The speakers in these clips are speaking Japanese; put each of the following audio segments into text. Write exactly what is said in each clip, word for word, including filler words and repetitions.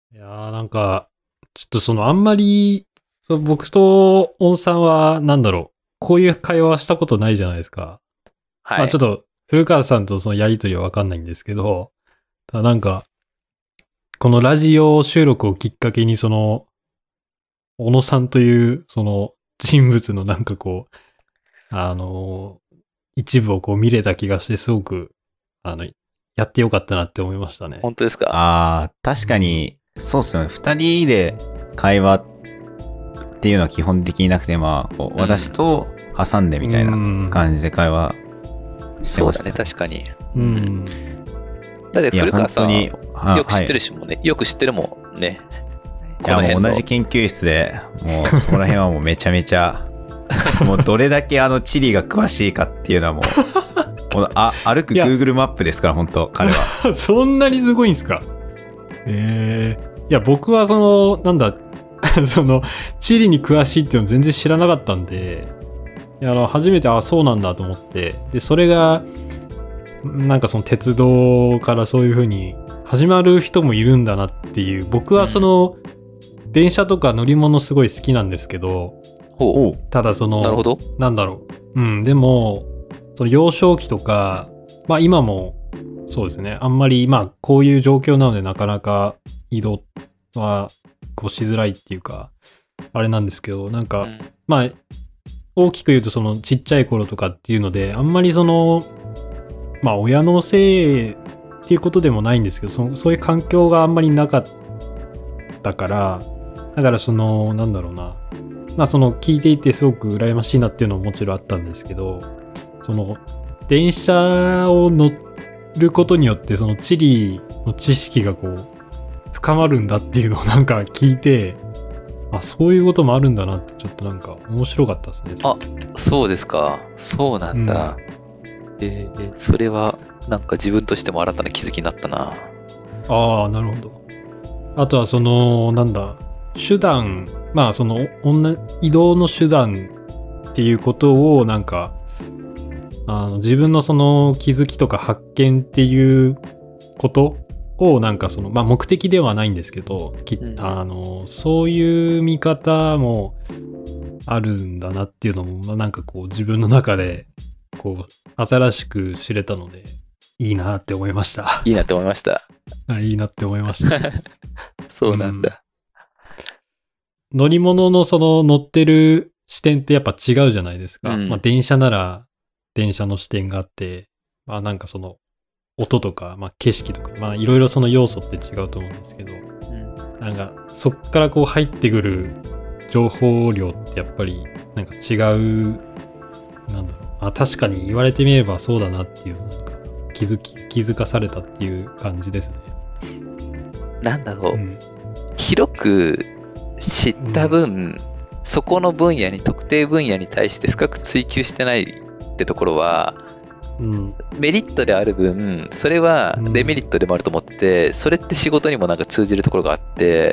いやーなんか、ちょっとそのあんまり、そう僕とオンさんはなんだろう、こういう会話したことないじゃないですか。 はい。 まあちょっと古川さんとそのやりとりはわかんないんですけど、ただなんか、このラジオ収録をきっかけにその、小野さんというその人物のなんかこう、あのー一部をこう見れた気がして、すごく、あの、やってよかったなって思いましたね。 本当ですか？ ああ、確かに、そうっすよね。二人で会話っていうのは基本的になくて、まあ、こううん私と挟んでみたいな感じで会話してそうだね、 ました。 確かに。 う。ん。 だっていや、 古川さん、 本当に、 よはく知ってはい。 るしもんね。よく知ってるもんね。 いや、 この辺の。 もう同じ研究室で、もうそこら辺はもうめちゃめちゃ、もうどれだけあの地理が詳しいかっていうのはもう、このあ歩くいや Google マップですから、本当彼は。 そんなにすごいんすか？ええいや、僕はその、なんだ、その、地理に詳しいっていうの全然知らなかったんで、いやあの初めて、あ、そうなんだと思って、で、それが、なんかその鉄道からそういう風に始まる人もいるんだなっていう、僕はその、電車とか乗り物すごい好きなんですけど、 ほおうただその、 なるほど。 なんだろう。うん、でも、その幼少期とか、まあ今もそうですね、あんまり、まあこういう状況なのでなかなか移動はこうしづらいっていうか、あれなんですけど、なんか、 うんまあ、大きく言うとそのちっちゃい頃とかっていうので、あんまりその、まあ親のせいっていうことでもないんですけど、そそういう環境があんまりなかったから、だからその、なんだろうな、まあその聞いていてすごく羨ましいなっていうのももちろんあったんですけど、その電車を乗ることによってその地理の知識がこう深まるんだっていうのをなんか聞いて、あ、そういうこともあるんだなってちょっとなんか面白かったですね。 あ、そうですか。そうなんだ。えーそれは、なんか自分としても新たな気づきになったな。 ああ、なるほど。あとはその、なんだ、手段、まあその、女移動の手段っていうことをなんか、あの自分のその気づきとか発見っていうことをなんかその、まあ目的ではないんですけど、きうんあの、そういう見方もあるんだなっていうのも、まあなんかこう自分の中で、こう、新しく知れたので、いいなって思いました。 いいなって思いました。 いいなって思いました。 そうなんだ。 乗り物のその乗ってる視点ってやっぱ違うじゃないですか。 うんまあ電車なら電車の視点があって、まあなんかその音とか、まあ景色とか、まあいろいろその要素って違うと思うんですけど、 うんなんかそっからこう入ってくる情報量ってやっぱりなんか違う、なんだろう。あ、確かに言われてみればそうだなっていう、なんか気づき、気づかされたっていう感じですね。 なんだろう。 うん。 広く知った分、そこの分野に、特定分野に対して深く追求してないってところは、 うん。 メリットである分、それはデメリットでもあると思ってて、それって仕事にもなんか通じるところがあって、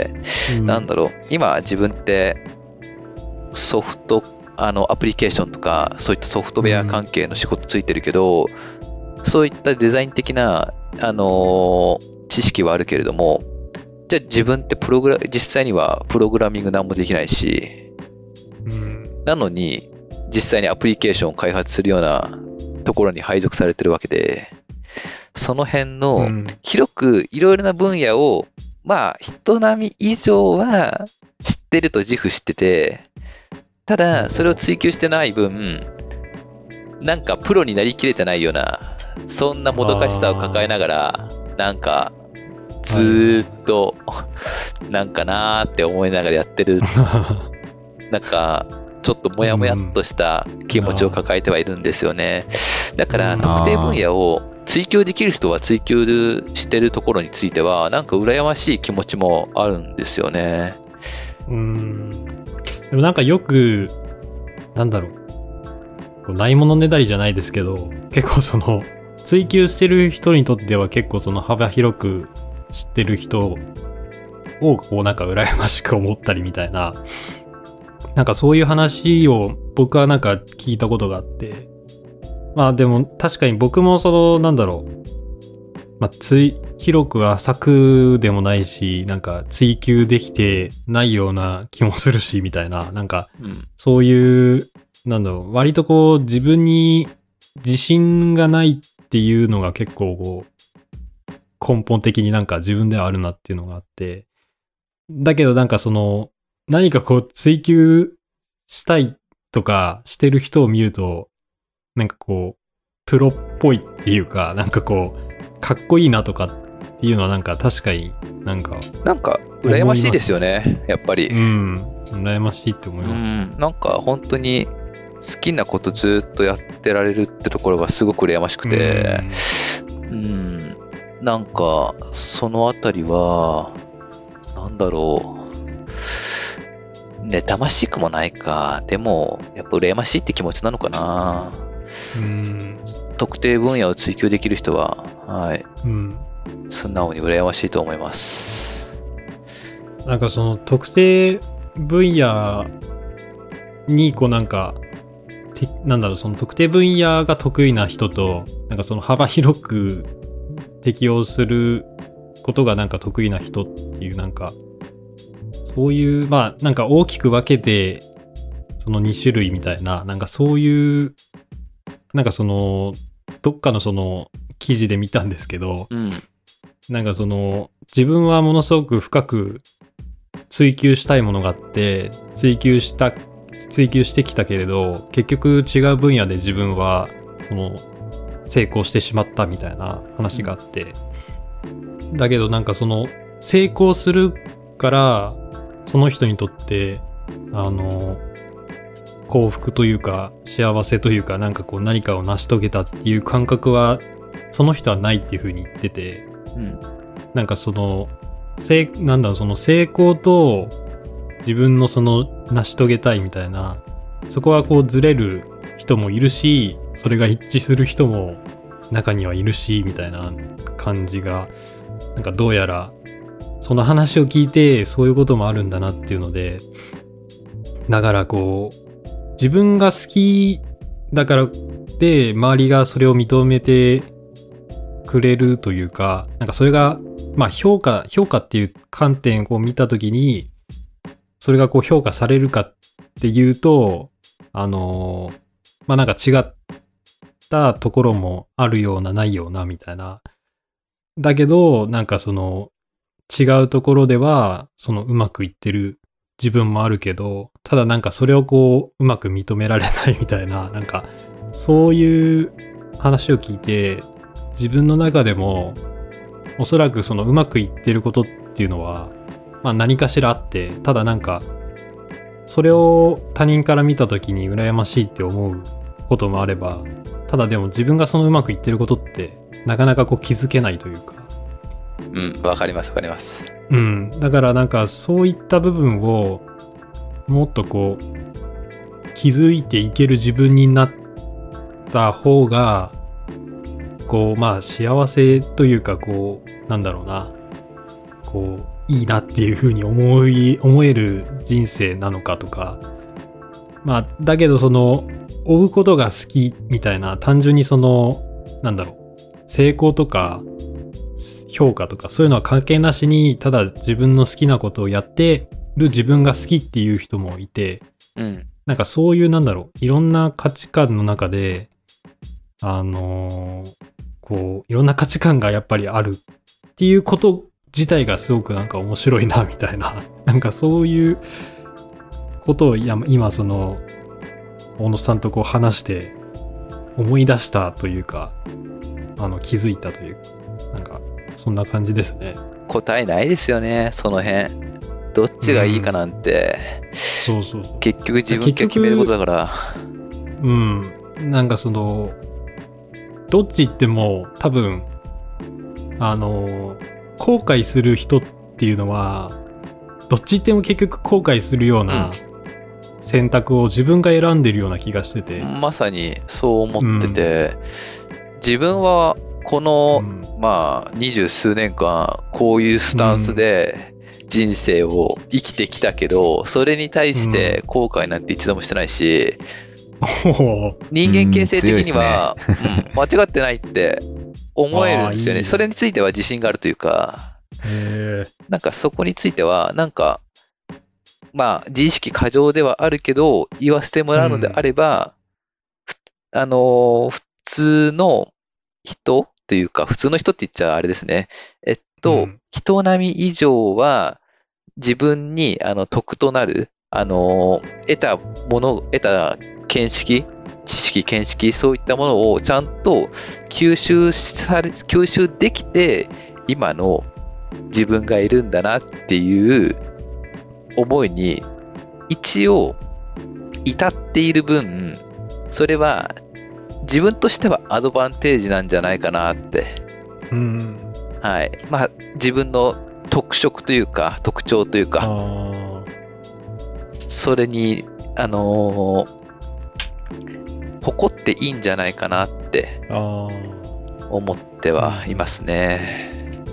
うんなんだろう、今自分ってソフト、あのアプリケーションとか、そういったソフトウェア関係の仕事ついてるけど、そういったデザイン的な、あのー知識はあるけれども、じゃあ自分ってプログラ、実際にはプログラミングなんもできないし、 うん。 なのに実際にアプリケーションを開発するようなところに配属されてるわけで、その辺うのん。 広くいろいろな分野を、まあ人並み以上は知ってると自負してて、ただそれを追求してない分、なんかプロになりきれてないような、そんなもどかしさを抱えながら、なんかずーっとなんかなーって思いながらやってる、なんかちょっともやもやっとした気持ちを抱えてはいるんですよね。だからうん特定分野を追求できる人は追求してるところについてはなんか羨ましい気持ちもあるんですよね。 うーん。でもなんかよく、なんだろう。こうないものねだりじゃないですけど、結構その、追求してる人にとっては結構その幅広く知ってる人をこうなんか羨ましく思ったりみたいな、なんかそういう話を僕はなんか聞いたことがあって、まあでも確かに僕もその、なんだろう。まあ、つい広く浅くでもないし、なんか追求できてないような気もするし、みたいな、なんかうん。 そういう、なんだろう、割とこう自分に自信がないっていうのが結構こう、根本的になんか自分ではあるなっていうのがあって、だけどなんかその、何かこう追求したいとかしてる人を見ると、なんかこう、プロっぽいっていうか、なんかこう、かっこいいなとかっていうのはなんか確かになんか、 なんか、羨ましいですよね、やっぱり。 うん、羨ましいって思いうます。 ん。なんか、本当に好きなことずっとやってられるってところがすごく羨ましくて、うん。なんか、そのあたりは、なんだろう。妬ましくもないか。でも、やっぱ羨ましいって気持ちなのかな。 うん、うん特定分野を追求できる人は、はい、 うん素直に羨ましいと思います。 なんかその特定分野にこうなんかてなんだろうその特定分野が得意な人となんかその幅広く適応することがなんか得意な人っていうなんかそういうまあなんか大きく分けてそのに種類みたいななんかそういうなんかそのどっかのその記事で見たんですけど、 うん。 なんかその自分はものすごく深く追求したいものがあって追求した追求してきたけれど結局違う分野で自分はその成功してしまったみたいな話があって、うん、だけどなんかその成功するからその人にとってあの幸福というか幸せというかなんかこう何かを成し遂げたっていう感覚はその人はないっていう風に言ってて、 うん、 なんかその成なんだろうその成功と自分のその成し遂げたいみたいなそこはこうずれる人もいるしそれが一致する人も中にはいるしみたいな感じがなんかどうやらその話を聞いてそういうこともあるんだなっていうのでだからこう自分が好きだからで周りがそれを認めてくれるというかなんかそれがまあ評価評価っていう観点を見たときにそれがこう評価されるかっていうとあのまあなんか違ったところもあるようなないようなみたいなだけどなんかその違うところではそのうまくいってる自分もあるけどただなんかそれをこううまく認められないみたいななんかそういう話を聞いて自分の中でもおそらくそのうまくいってることっていうのはまあ何かしらあってただなんかそれを他人から見た時に羨ましいって思うこともあればただでも自分がそのうまくいってることってなかなかこう気づけないというかうん、わかりますわかります。 うん、だからなんかそういった部分をもっとこう気づいていける自分になった方がこうまあ幸せというかこうなんだろうなこういいなっていう風に思い思える人生なのかとかまあだけどその追うことが好きみたいな単純にそのなんだろう成功とか評価とかそういうのは関係なしにただ自分の好きなことをやってる自分が好きっていう人もいて、 うん、 なんかそういうなんだろういろんな価値観の中であのー、こういろんな価値観がやっぱりあるっていうこと自体がすごくなんか面白いなみたいななんかそういうことを今その大野さんとこう話して思い出したというかあの気づいたというかなんかそんな感じですね。 答えないですよねその辺どっちがいいかなんて、 うん、そうそうそう結局自分が決めることだからうんなんかそのどっち行っても多分あの後悔する人っていうのはどっち行っても結局後悔するような選択を自分が選んでるような気がしてて、 うん、まさにそう思ってて、うん、自分はこの、うん、まあ二十数年間こういうスタンスで人生を生きてきたけど、うん、それに対して後悔なんて一度もしてないし、うん、人間形成的には、うんねうん、間違ってないって思えるんですよね。 あーいいねそれについては自信があるというか、 へえ。 なんかそこについては、なんか、まあ、自意識過剰ではあるけど、言わせてもらうのであれば、ふあのー普通の人というか、普通の人って言っちゃあれですね。えっと、 うん人並み以上は自分にあの得となる、あのー得たもの、得た見識、知識、見識、そういったものをちゃんと吸収され、吸収できて、今の自分がいるんだなっていう思いに一応至っている分、それは自分としてはアドバンテージなんじゃないかなって。 うん。 はい。まあ、自分の特色というか、特徴というあか、 あ。 それに、あのー誇っていいんじゃないかなってああ。 思ってはいますね。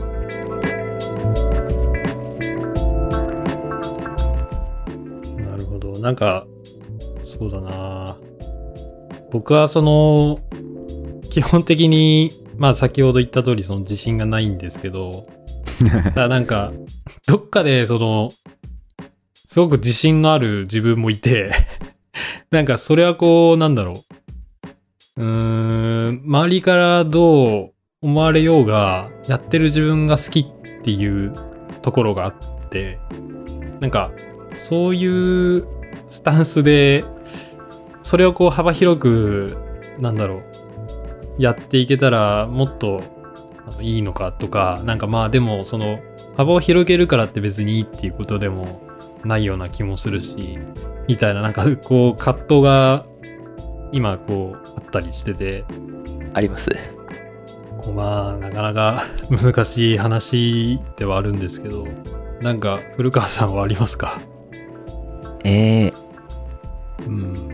なるほど。なんか、そうだな。僕はその、基本的に、まあ先ほど言った通りその自信がないんですけど、ただなんか、どっかでその、すごく自信のある自分もいて、なんかそれはこう、なんだろう。うーん、周りからどう思われようが、やってる自分が好きっていうところがあって、なんか、そういうスタンスで、それをこう幅広く、なんだろう、やっていけたらもっとあのいいのかとか、なんかまあでもその幅を広げるからって別にいいっていうことでもないような気もするし、みたいななんかこう葛藤が今こうあったりしてて、 あります。 こうまあなかなか難しい話ではあるんですけど、なんか古川さんはありますか？ えー、 うん。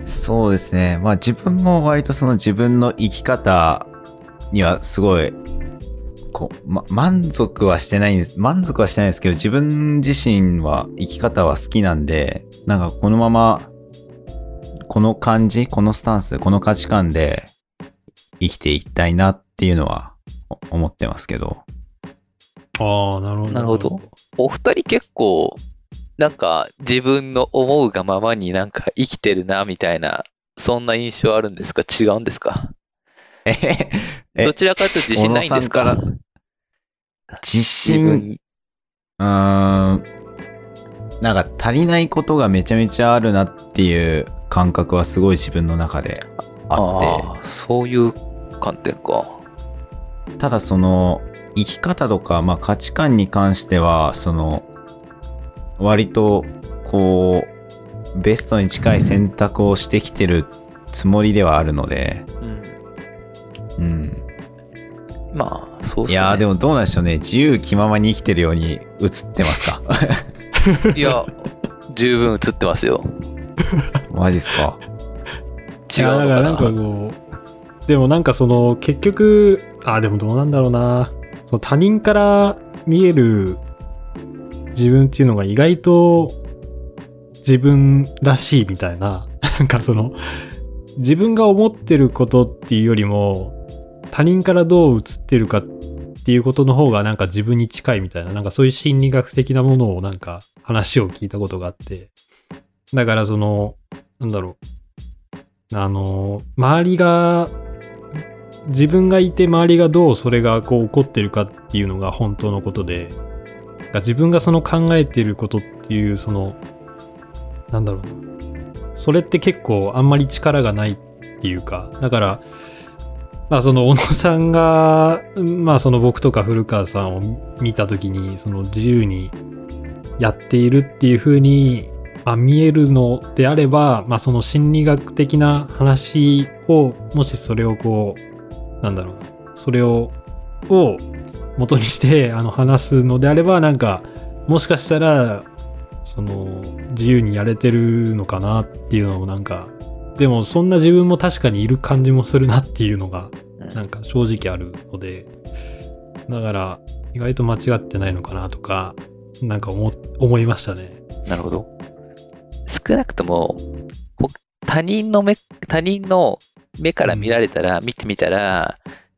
そうですね。まあ自分も割とその自分の生き方にはすごい、こう、ま、満足はしてないんです。満足はしてないんですけど、自分自身は生き方は好きなんで、なんかこのまま、この感じ、このスタンス、この価値観で生きていきたいなっていうのは思ってますけど。 ああ、なるほど。 なるほど。お二人結構、なんか自分の思うがままになんか生きてるなみたいな、そんな印象あるんですか？違うんですか？ ええどちらかというと自信ないんですか？ 小野さんから自自信、 分。 うーん、なんか足りないことがめちゃめちゃあるなっていう感覚はすごい自分の中であって、 ああ、そういう観点か。 ただその生き方とか、まあ、価値観に関してはその割とこうベストに近い選択をしてきてるつもりではあるので、 うん。 うん、 まあ、そうっすね。 いやーでもどうなんでしょうね。自由気ままに生きてるように映ってますか？ いや、十分映ってますよ。 マジっすか？ 違うのかな。 いやだからなんかこう、でもなんかその結局、あ、でもどうなんだろうな。その他人から見える自分っていうのが意外と自分らしいみたいな、なんかその自分が思ってることっていうよりも他人からどう映ってるかっていうことの方がなんか自分に近いみたいな、なんかそういう心理学的なものをなんか話を聞いたことがあって、だからそのなんだろう、あの周りが自分がいて周りがどうそれがこう起こってるかっていうのが本当のことで、自分がその考えていることっていうそのなんだろうな、それって結構あんまり力がないっていうか、だからまあその小野さんがまあその僕とか古川さんを見た時にその自由にやっているっていう風にまあ見えるのであれば、まあその心理学的な話をもしそれをこうなんだろうな、それをを元にしてあの話すのであれば、なんかもしかしたらその自由にやれてるのかなっていうのもなんか、でもそんな自分も確かにいる感じもするなっていうのがなんか正直あるので、だから意外と間違ってないのかなとかなんか 思, 思いましたね。 なるほど。少なくとも他人の目他人の目から見られたら、うん、見てみたら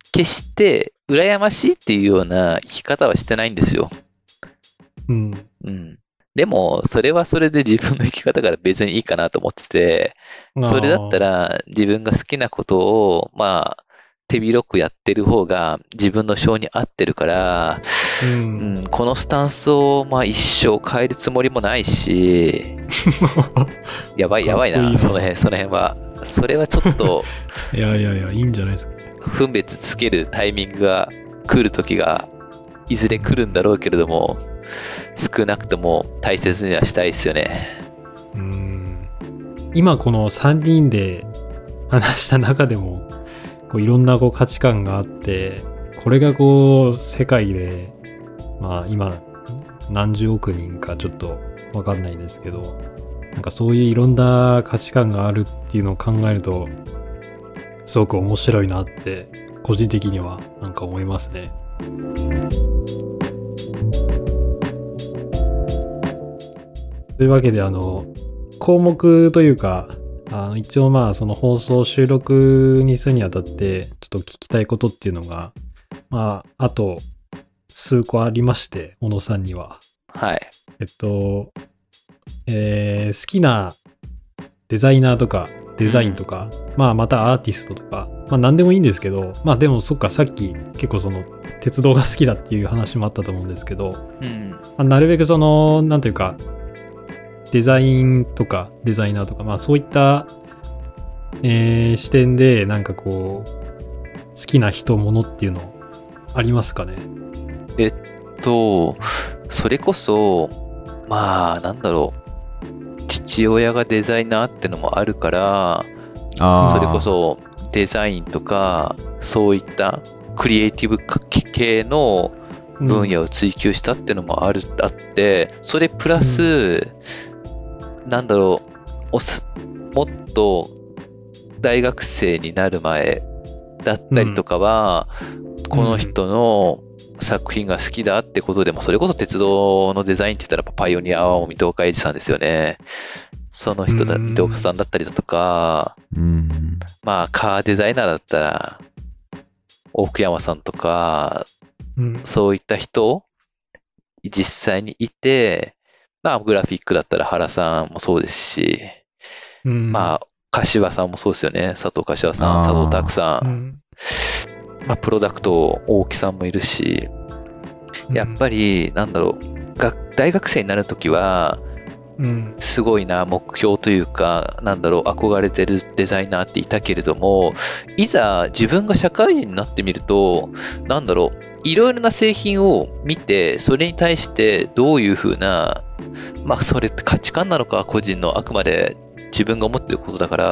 決して羨ましいっていうような生き方はしてないんですよ。 うん。 うん。でも、それはそれで自分の生き方から別にいいかなと思ってて、それだったら自分が好きなことを、まあ、手広くやってる方が自分の性に合ってるから、 ううんん、このスタンスを、まあ、一生変えるつもりもないし、やばいやばいな、 かっこいいなその辺、その辺は。それはちょっと、 いやいやいや、いいんじゃないですか。 分別つけるタイミングが来る時がいずれ来るんだろうけれども、少なくとも大切にはしたいですよね。 うーん。今このさんにんで話した中でも、こういろんなこう価値観があって、これがこう世界で、まあ今何十億人かちょっとわかんないですけど、なんかそういういろんな価値観があるっていうのを考えると、すごく面白いなって個人的にはなんか思いますね。というわけで、あの項目というか、あの一応まあその放送収録にするにあたってちょっと聞きたいことっていうのがまああと数個ありまして、小野さんにははい。 えっと、えー好きなデザイナーとかデザインとか、まあまたアーティストとか、まあ何でもいいんですけど、まあでもそっか、さっき結構その鉄道が好きだっていう話もあったと思うんですけど、 うん。 まあ、なるべくそのなんというかデザインとかデザイナーとか、まあそういった、えー視点でなんかこう好きな人物っていうのありますかね？ えっと、それこそ、まあ、なんだろう。父親がデザイナーってのもあるから、 あーそれこそデザインとか、そういったクリエイティブ系の分野を追求したってのもある、あって、それプラス、なんだろう、おすもっと大学生になる前だったりとかは、この人の作品が好きだってことでも、それこそ鉄道のデザインって言ったらパイオニアは水戸岡栄治さんですよね。その人だ、 うん水戸岡さんだったりだとか、 うん。 まあカーデザイナーだったら奥山さんとか、 うんそういった人実際にいて、まあグラフィックだったら原さんもそうですし、 うんまあ柏さんもそうですよね。佐藤柏さん、 あー佐藤拓さ。 うんんまあプロダクト大木さんもいるし、やっぱりなんだろう、が大学生になるときはうんすごいな目標というか、なんだろう、憧れてるデザイナーっていたけれども、いざ自分が社会人になってみると、なんだろう、いろいろな製品を見て、それに対してどういうふうな、まあそれって価値観なのか、個人のあくまで自分が思ってることだから、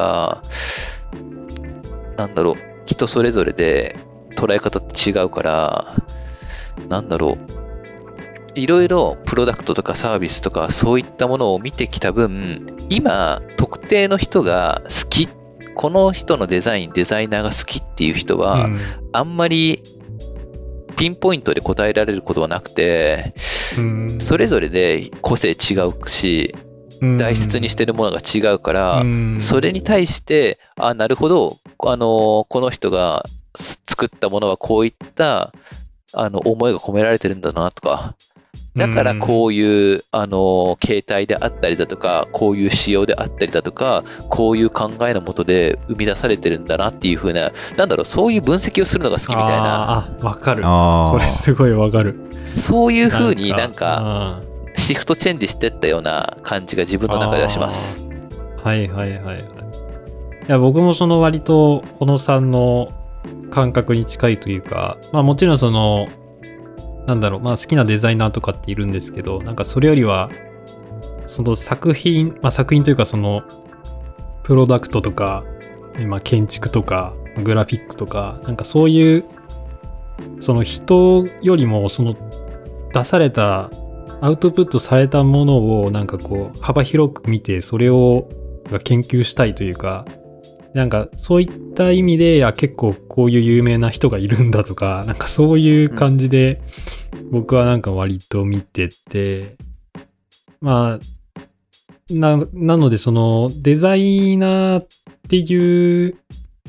なんだろう、人それぞれで捉え方って違うから、なんだろう、いろいろプロダクトとかサービスとかそういったものを見てきた分、今特定の人が好き、この人のデザイン、デザイナーが好きっていう人は、 うんあんまりピンポイントで答えられることはなくて、 うんそれぞれで個性違うし、大切にしてるものが違うから、 うんそれに対して、あ、なるほど、あの、この人が作ったものはこういったあの思いが込められてるんだなとか、だからこういう、あの形態であったりだとか、こういう仕様であったりだとか、こういう考えのもとで生み出されてるんだなっていう風な、なんだろう、そういう分析をするのが好きみたいな、 あーあ、わかる。 あーそれすごいわかる。 そういう風になんか、 あシフトチェンジしてったような感じが自分の中ではします。 ーはいはいはいはい。いや、僕もその割と小野さんの感覚に近いというか、まあもちろんその、なんだろう、まあ好きなデザイナーとかっているんですけど、なんかそれよりは、その作品、まあ作品というかその、プロダクトとか、まあ建築とか、グラフィックとか、なんかそういう、その人よりもその出された、アウトプットされたものをなんかこう幅広く見て、それを研究したいというか、なんかそういった意味で、あ、結構こういう有名な人がいるんだとか、なんかそういう感じで僕はなんか割と見てて、まあ、な、なのでそのデザイナーっていう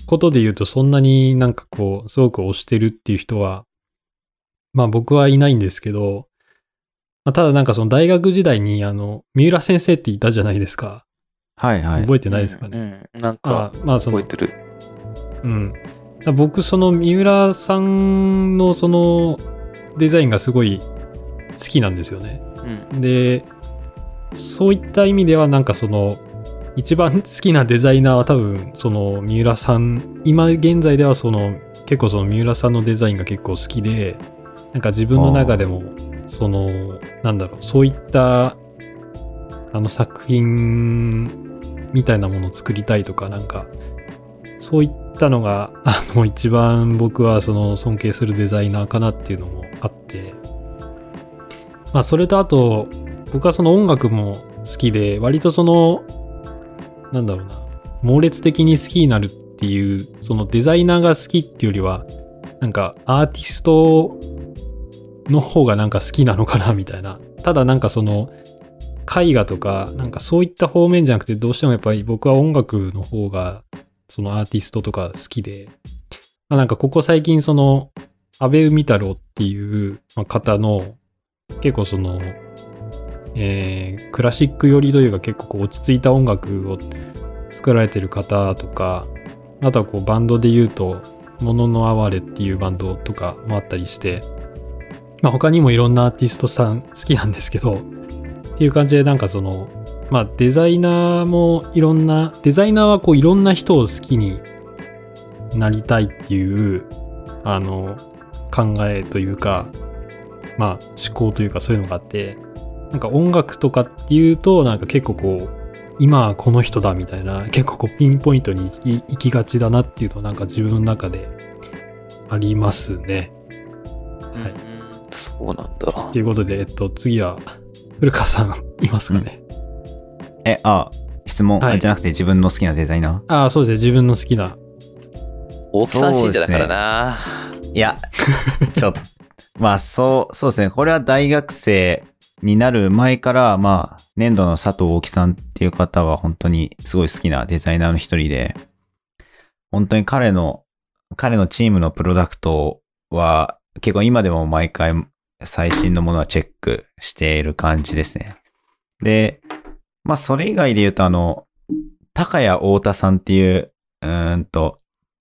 ことで言うとそんなになんかこう、すごく推してるっていう人は、まあ僕はいないんですけど、まあ、ただなんかその大学時代にあの、三浦先生っていたじゃないですか。 はいはい。 覚えてないですかね。 うんうん、なんか、 まあその覚えてる。 うん。僕、その三浦さんのそのデザインがすごい好きなんですよね。 うん、 で、そういった意味ではなんかその、一番好きなデザイナーは多分その三浦さん、今現在ではその結構その三浦さんのデザインが結構好きで、なんか自分の中でもそのなんだろう、そういったあの作品みたいなものを作りたいとか、なんかそういったのがあの一番僕はその尊敬するデザイナーかなっていうのもあって、まあそれとあと僕はその音楽も好きで、割とそのなんだろうな、猛烈的に好きになるっていう、そのデザイナーが好きっていうよりは、なんかアーティストの方がなんか好きなのかなみたいな。ただなんかその絵画とか、なんかそういった方面じゃなくて、どうしてもやっぱり僕は音楽の方が、そのアーティストとか好きで、まあ、なんかここ最近その、安倍海太郎っていう方の、結構その、えー、クラシック寄りというか結構こう落ち着いた音楽を作られてる方とか、あとはこうバンドで言うとものの哀れっていうバンドとかもあったりして、まあ他にもいろんなアーティストさん好きなんですけどっていう感じで、なんかそのまあデザイナーもいろんなデザイナーはこういろんな人を好きになりたいっていうあの考えというか、まあ思考というかそういうのがあって、なんか音楽とかっていうとなんか結構こう今はこの人だみたいな、結構こうピンポイントに行き、行きがちだなっていうのはなんか自分の中でありますね。 はい。そうなんだ。 ということで、えっと次は古川さんいますかね。 うん、え、あ、質問、 はい、 じゃなくて自分の好きなデザイナー？ ああ、そうですね。自分の好きな。 大木さん信者だからな。 いや、ちょっと、まあそう、そうですね。これは大学生になる前から、まあ、粘土の佐藤大木さんっていう方は本当にすごい好きなデザイナーの一人で、本当に彼の、彼のチームのプロダクトは結構今でも毎回最新のものはチェックしている感じですね。で、まあそれ以外で言うとあの、高谷太田さんっていう、うーんと、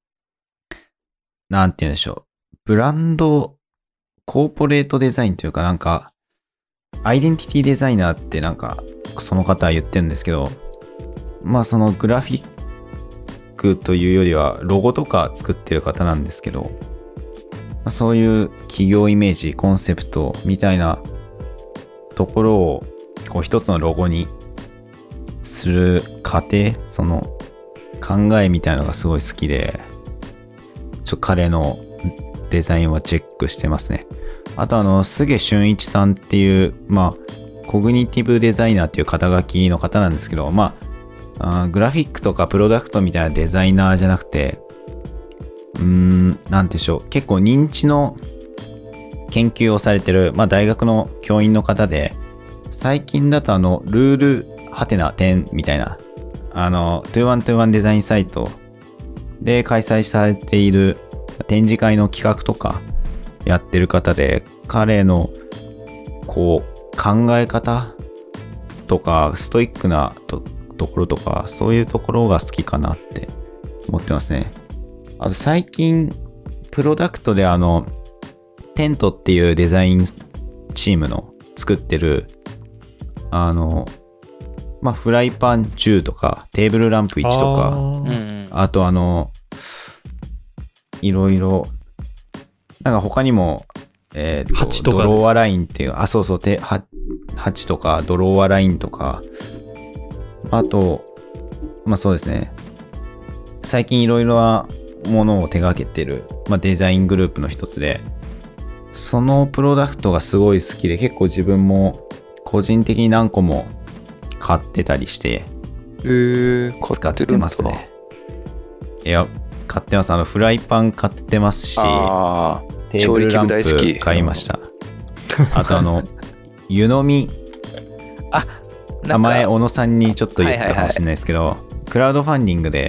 なんて言うんでしょう。ブランド、コーポレートデザインというかなんか、アイデンティティデザイナーってなんか、その方は言ってるんですけど、まあそのグラフィックというよりはロゴとか作ってる方なんですけど、まあ、そういう企業イメージ、コンセプトみたいなところをこう一つのロゴにする過程、その考えみたいなのがすごい好きで、ちょっと彼のデザインはチェックしてますね。あとあの、菅俊一さんっていう、まあ、コグニティブデザイナーっていう肩書きの方なんですけど、まあ、あグラフィックとかプロダクトみたいなデザイナーじゃなくて、うーん、なんてでしょう、結構認知の研究をされてる、まあ大学の教員の方で、最近だとあの、ルールハテナ点みたいな、あの、にじゅういちにじゅういちデザインサイトで開催されている展示会の企画とかやってる方で、彼のこう考え方とかストイックな と, ところとかそういうところが好きかなって思ってますね。あと最近プロダクトであのテントっていうデザインチームの作ってるあのまあフライパンじゅうとかテーブルランプいちとか、あ, あとあのいろいろなんか他にもえー、と, とドローアラインっていうあそうそうてははちとかドローアラインとか、あとまあそうですね、最近いろいろなものを手掛けてる、まあ、デザイングループの一つで、そのプロダクトがすごい好きで結構自分も個人的に何個も買ってたりしてえー、 使ってますね。いや買ってます。あのフライパン買ってますし、 あテーブルランプ買いました。あとあの湯飲み、 あ名前小野さんにちょっと言ったかもしれないですけど、はいはいはい、クラウドファンディングで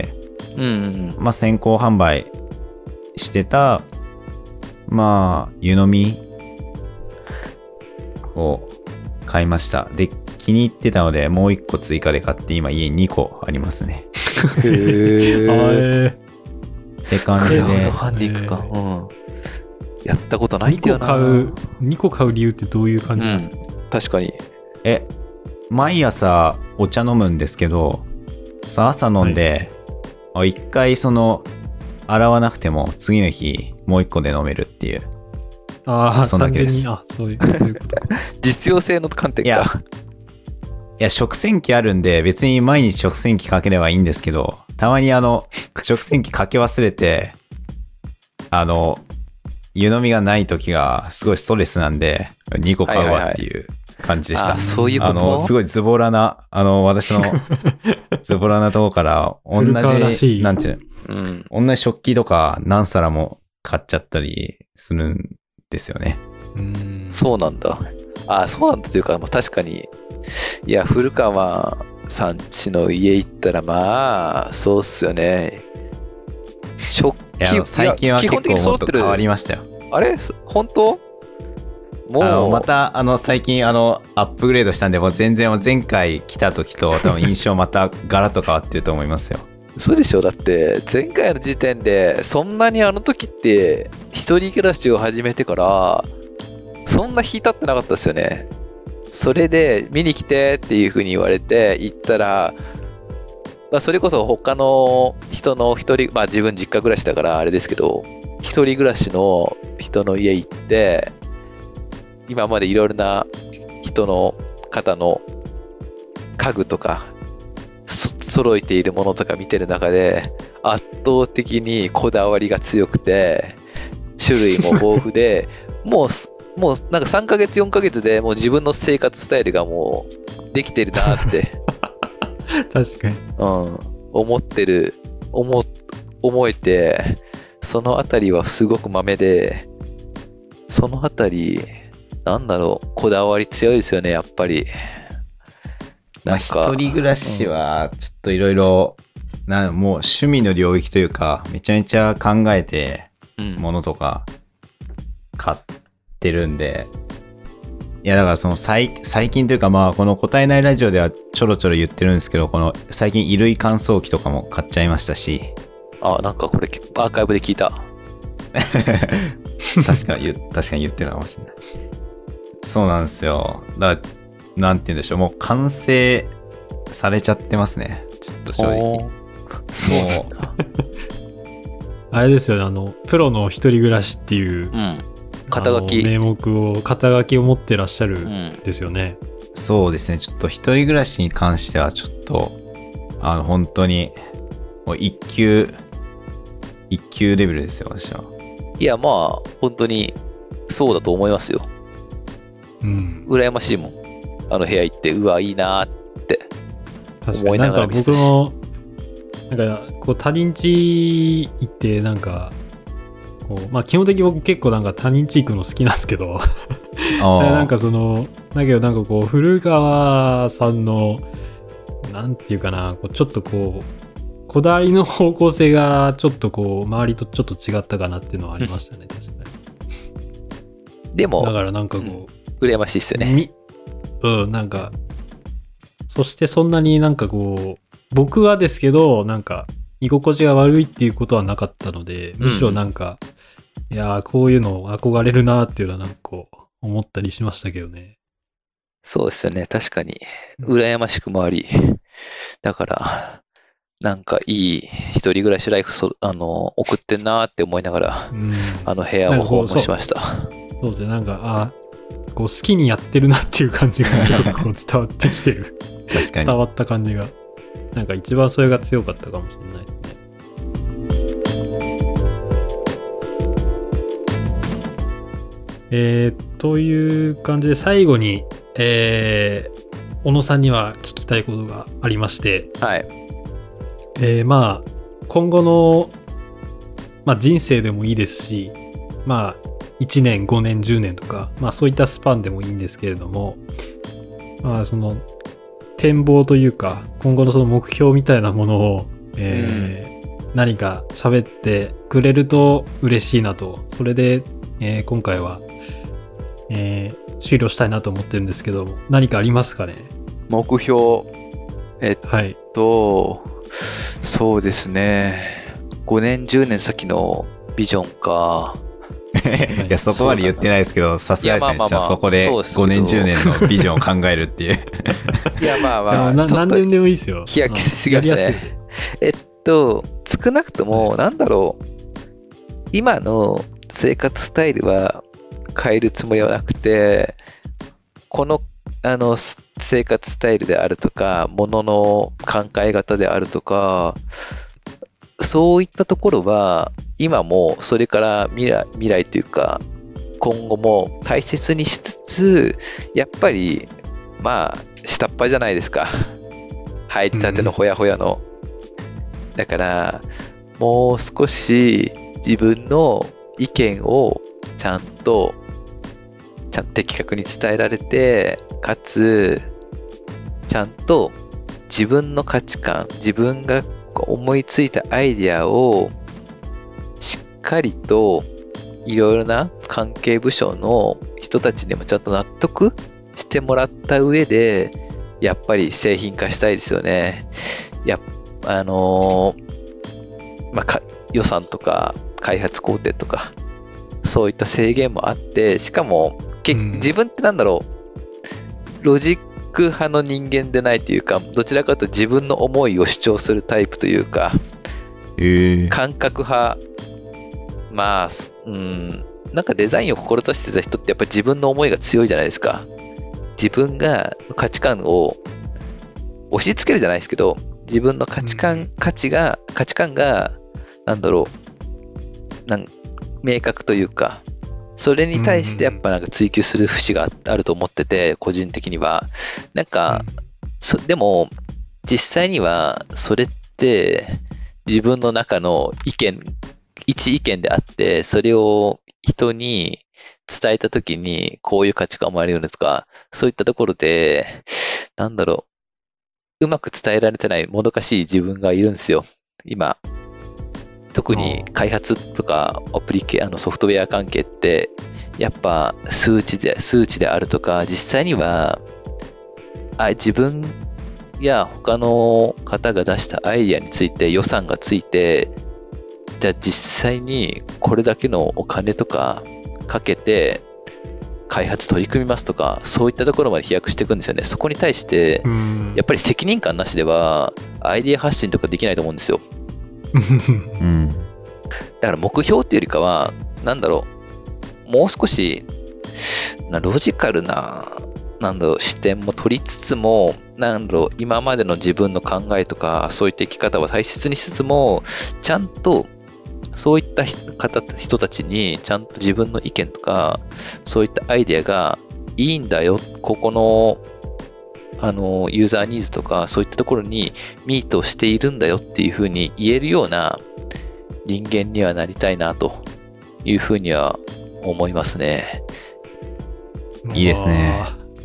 うんうんまあ、先行販売してた、まあ、湯飲みを買いました。で、気に入ってたので、もういっこ追加で買って、今家ににこありますね。 へー。 えって感じで。 クラウドファンディングか。 えうん。やったことなー、2 いんだよな。 個買う、にこ買う理由ってどういう感じなんですか？ うん。確かに。 え、毎朝お茶飲むんですけど、さ朝飲んで、あ一回その、洗わなくても次の日もう一個で飲めるっていう。 ああ、 そんだけです単純に、あ、そういう、そういうことか。 実用性の観点いやか。 いや、食洗機あるんで、別に毎日食洗機かければいいんですけど、たまにあの、食洗機かけ忘れて、あの、湯飲みがない時がすごいストレスなんで、にこ買うわっていう感じでした。 あ、そういうこと。 あの、すごいズボラな、あの、私のズボラなとこから、同古川らしじ、 いなんていううん。 の、同じ食器とか何皿も買っちゃったりするんですよね。 うん。 そうなんだ。あ、そうなんだというか、まあ、確かに。いや、古川さんちの家行ったら、まあ、そうっすよね。食器、 いや、最近は基本的結構もに揃ってる。 っと変わりましたよ。 あれ本当もう、 あのまたあの最近あのアップグレードしたんで、もう全然前回来た時と多分印象またガラッと変わってると思いますよ。 そうでしょ。だって前回の時点でそんなにあの時って一人暮らしを始めてからそんな日経ってなかったですよね。それで見に来てっていう風に言われて行ったら、まあ、それこそ他の人の一人、まあ自分実家暮らしだからあれですけど、一人暮らしの人の家行って今までいろいろな人の方の家具とかそ揃えているものとか見てる中で圧倒的にこだわりが強くて種類も豊富でもうもうなんかさんかげつよんかげつでもう自分の生活スタイルがもうできてるなって確かに。 うん、思ってる思思えて、そのあたりはすごく豆で、そのあたりなんだろう、こだわり強いですよね、やっぱり。 まあ一人暮らしはちょっといろいろなもう趣味の領域というかめちゃめちゃ考えてうんものとか買ってるんで、いやだからその最最近というか、まあこの答えないラジオではちょろちょろ言ってるんですけど、この最近衣類乾燥機とかも買っちゃいましたし。 あ、なんかこれアーカイブで聞いた。 確かに言確かに言ってたかもしれない。そうなんですよ。だからなんて言うんでしょう、もう完成されちゃってますね、ちょっと正直。もそううあれですよね、あの、プロの一人暮らしっていう、 うん。肩書きあの名目を、肩書きを持ってらっしゃるうんん。 ですよね。 そうですね、ちょっと一人暮らしに関してはちょっとあの本当にもう一級一級レベルですよ、私は。 いや、まあ、本当にそうだと思いますよ。 うん。 羨ましいもん。あの部屋行って、うわ、いいなーって。思い確かになかなんがら見てたし僕の、なんか、こう、他人家行って、なんか、こう、まあ、基本的に僕結構なんか他人家行くの好きなんですけど、 あなんかその、だけどなんかこう、古川さんの、なんていうかな、こうちょっとこう、こだわりの方向性がちょっとこう、周りとちょっと違ったかなっていうのはありましたね、確かに。 でもだ、からなんかこ羨ましいっすう、 よね。 みうん、なんか、そしてそんなになんかこう、僕はですけど、なんか、居心地が悪いっていうことはなかったので、むしろなんか、いやー、こういうの憧れるなっていうのはなんかこう、思ったりしましたけどね。 そうですよね。確かに。羨ましくもあり。だから、なんかいい一人暮らしライフそ、あの、送ってんなーって思いながら、 うん。 あの部屋を訪問しました。 そうですね、なんか、あこう好きにやってるなっていう感じがすごくこう伝わってきてる。 確かに。 伝わった感じが。なんか一番それが強かったかもしれないですね。えー、という感じで最後に、えー、小野さんには聞きたいことがありまして、 はい。 えー、まあ今後の、まあ、人生でもいいですし、まあいちねんごねんじゅうねんとか、まあそういったスパンでもいいんですけれども、まあその展望というか今後のその目標みたいなものを、えー何か喋ってくれると嬉しいなと。それで、えー今回は、えー終了したいなと思ってるんですけど、何かありますかね？ 目標、えっはい。 と、そうですね。ごねん、じゅうねん先のビジョンか。 いや、そこまで言ってないですけど、さすがですね。 いやまあまあまあじゃあそこでそうですけどごねん、じゅうねんのビジョンを考えるっていう。 いや、まあまあ、 なちょっと何年でもいいですよ。 飛躍しすぎましたやりやね。えっと、少なくとも、なんだろう、今の生活スタイルは変えるつもりはなくて、この、あの、す生活スタイルであるとか、ものの考え方であるとか、そういったところは、今も、それから未来、未来というか、今後も大切にしつつ、やっぱり、まあ、下っ端じゃないですか。入りたてのほやほやの。だから、もう少し自分の意見をちゃんと、ちゃんと的確に伝えられて、かつ、ちゃんと自分の価値観、自分が思いついたアイデアをしっかりといろいろな関係部署の人たちにもちゃんと納得してもらった上で、やっぱり製品化したいですよね。やあのーまあ、か予算とか開発工程とかそういった制限もあって、しかもけ、 うん自分ってなんだろう、ロジック派の人間でないというか、どちらかというと自分の思いを主張するタイプというか、 えー、 感覚派、まあ、うん、なんかデザインを志してた人ってやっぱり自分の思いが強いじゃないですか。自分が価値観を押し付けるじゃないですけど、自分の価値観、価値が、価値観が、なんだろう、なん明確というか、それに対してやっぱなんか追求する節があると思ってて、個人的には。なんか、そでも、実際には、それって、自分の中の意見、一意見であって、それを人に伝えたときに、こういう価値観を思われるのとか、そういったところで、なんだろう、うまく伝えられてないもどかしい自分がいるんですよ、今。特に開発とかアプリケあのソフトウェア関係って、やっぱ数値で、数値であるとか、実際には、あ自分や他の方が出したアイディアについて予算がついて、じゃあ実際にこれだけのお金とかかけて開発取り組みますとか、そういったところまで飛躍していくんですよね。そこに対して、やっぱり責任感なしではアイディア発信とかできないと思うんですよ。 うん、 だから目標っていうよりかは、なんだろう、もう少しなロジカルな、なんだろう、視点も取りつつも、なんだろう、今までの自分の考えとか、そういった生き方を大切にしつつも、ちゃんとそういった方人たちにちゃんと自分の意見とか、そういったアイデアがいいんだよ、ここのあのユーザーニーズとかそういったところにミートしているんだよっていうふうに言えるような人間にはなりたいなというふうには思いますね。 いいですね。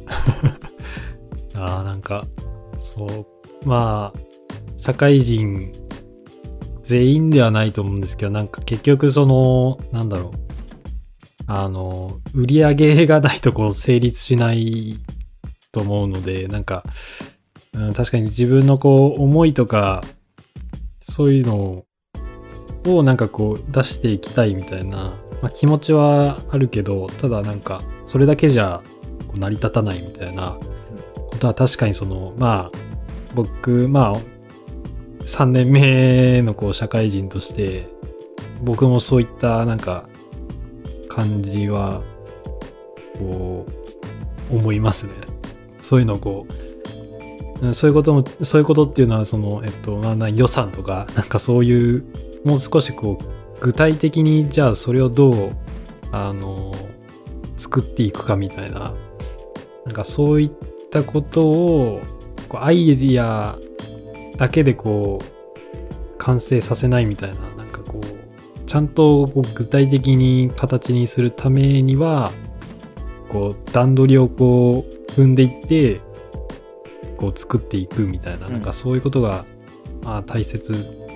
ああ、なんかそうまあ社会人全員ではないと思うんですけど、なんか結局そのなんだろう、あの売り上げがないとこう成立しないと思うので、なんか、うん、確かに自分のこう思いとかそういうのをなんかこう出していきたいみたいな、まあ、気持ちはあるけど、ただなんかそれだけじゃこう成り立たないみたいなことは確かにそのまあ僕まあさんねんめのこう社会人として僕もそういったなんか感じはこう思いますね。そういうのをこうそういうこともそういうことっていうのはそのえっとまあ予算とかなんかそういうもう少しこう具体的にじゃあそれをどうあの作っていくかみたいな、なんかそういったことをこうアイディアだけでこう完成させないみたいな、なんかこうちゃんとこう具体的に形にするためにはこう段取りをこう踏んでいってこう作っていくみたいな、うん、なんかそういうことがまあ大切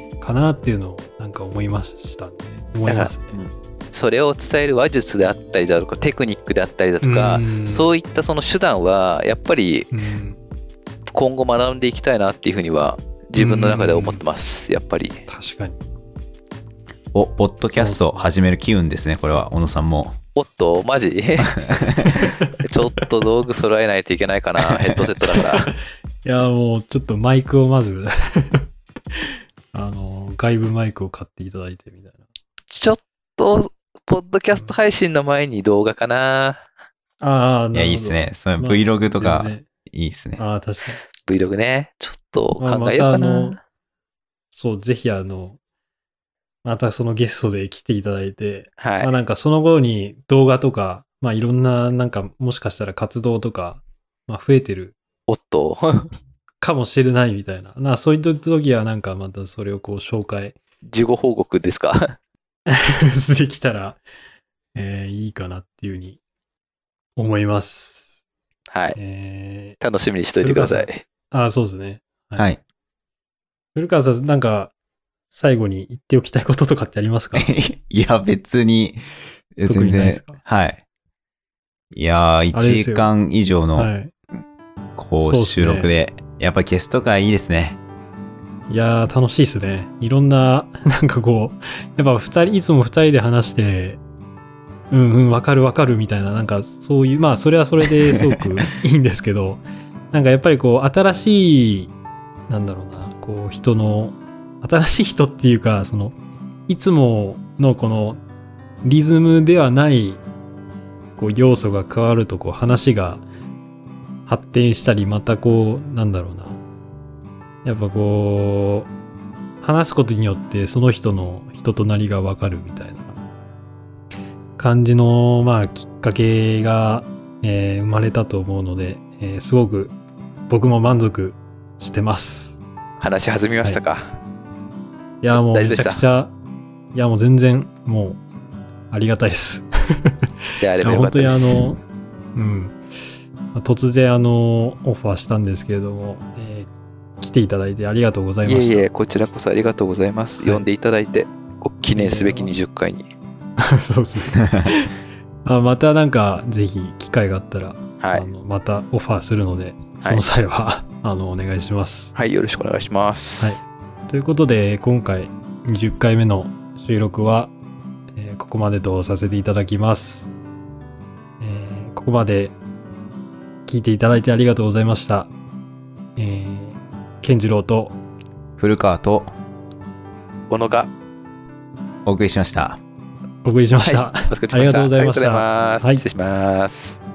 かなっていうのをなんか思いましたね。思いますね。 それを伝える話術であったりだとかテクニックであったりだとか、そういったその手段はやっぱり今後学んでいきたいなっていうふうには自分の中で思ってます。やっぱり確かに。 お、ポッドキャスト始める機運ですね。これは小野さんも。 おっとマジちょっと道具揃えないといけないかな。ヘッドセットだから。 いやもうちょっとマイクをまずあの外部マイクを買っていただいてみたいな。 ちょっとポッドキャスト配信の前に動画かな。 ああ、 いやいいっすね。その Vlog とかいいっすね。 ああ確かに。 Vlog ね。ちょっと考えようかな。まあ、またそうぜひあのまたそのゲストで来ていただいて、 はい。 まあなんかその後に動画とかまあいろんななんかもしかしたら活動とかまあ増えてる。 おっと。 かもしれないみたいな。なそういった時はなんかまたそれをこう紹介。 事後報告ですかできたら、えー、いいかなっていうふうに思います。 はい、 えー。楽しみにしといてください。 ああ、そうですね。 はい。はい、 古川さん、なんか最後に言っておきたいこととかってありますか？ いや、別に、 特にないですか？ はい。いやー、いちじかん以上の、はい、こう、収録で、やっぱゲスト会いいですね。 いやー、楽しいですね。いろんな、なんかこう、やっぱ二人、いつも二人で話して、うんうん、わかるわかるみたいな、なんかそういう、まあ、それはそれですごくいいんですけど、なんかやっぱりこう、新しい、なんだろうな、こう、人の、新しい人っていうか、その、いつものこの、リズムではない、こう、要素が加わると、こう、話が発展したり、またこう、なんだろうな、やっぱこう話すことによってその人の人となりがわかるみたいな感じのまあきっかけが、えー、生まれたと思うので、えー、すごく僕も満足してます。 話し弾みましたか？はい、 いやもうめちゃくちゃいやもう全然もうありがたいです。 いやあればよかったです。 本当にあのうん突然あのオファーしたんですけれども、えー来ていただいてありがとうございました。 いえいえ、こちらこそありがとうございます。はい、呼んでいただいて、記念すべきにじゅっかいに。 そうですねあ。またなんか、ぜひ機会があったら、 はい、 あのまたオファーするので、その際は、はい、あのお願いします。 はい、よろしくお願いします。 はい、ということで、今回にじゅっかいめの収録は、えー、ここまでとさせていただきます、えー。ここまで聞いていただいてありがとうございました。えー健次郎と古川と小野がお送りしました。 お送りしました。 はい、 ありがとうございました。 ありがとうございます。はい、失礼します。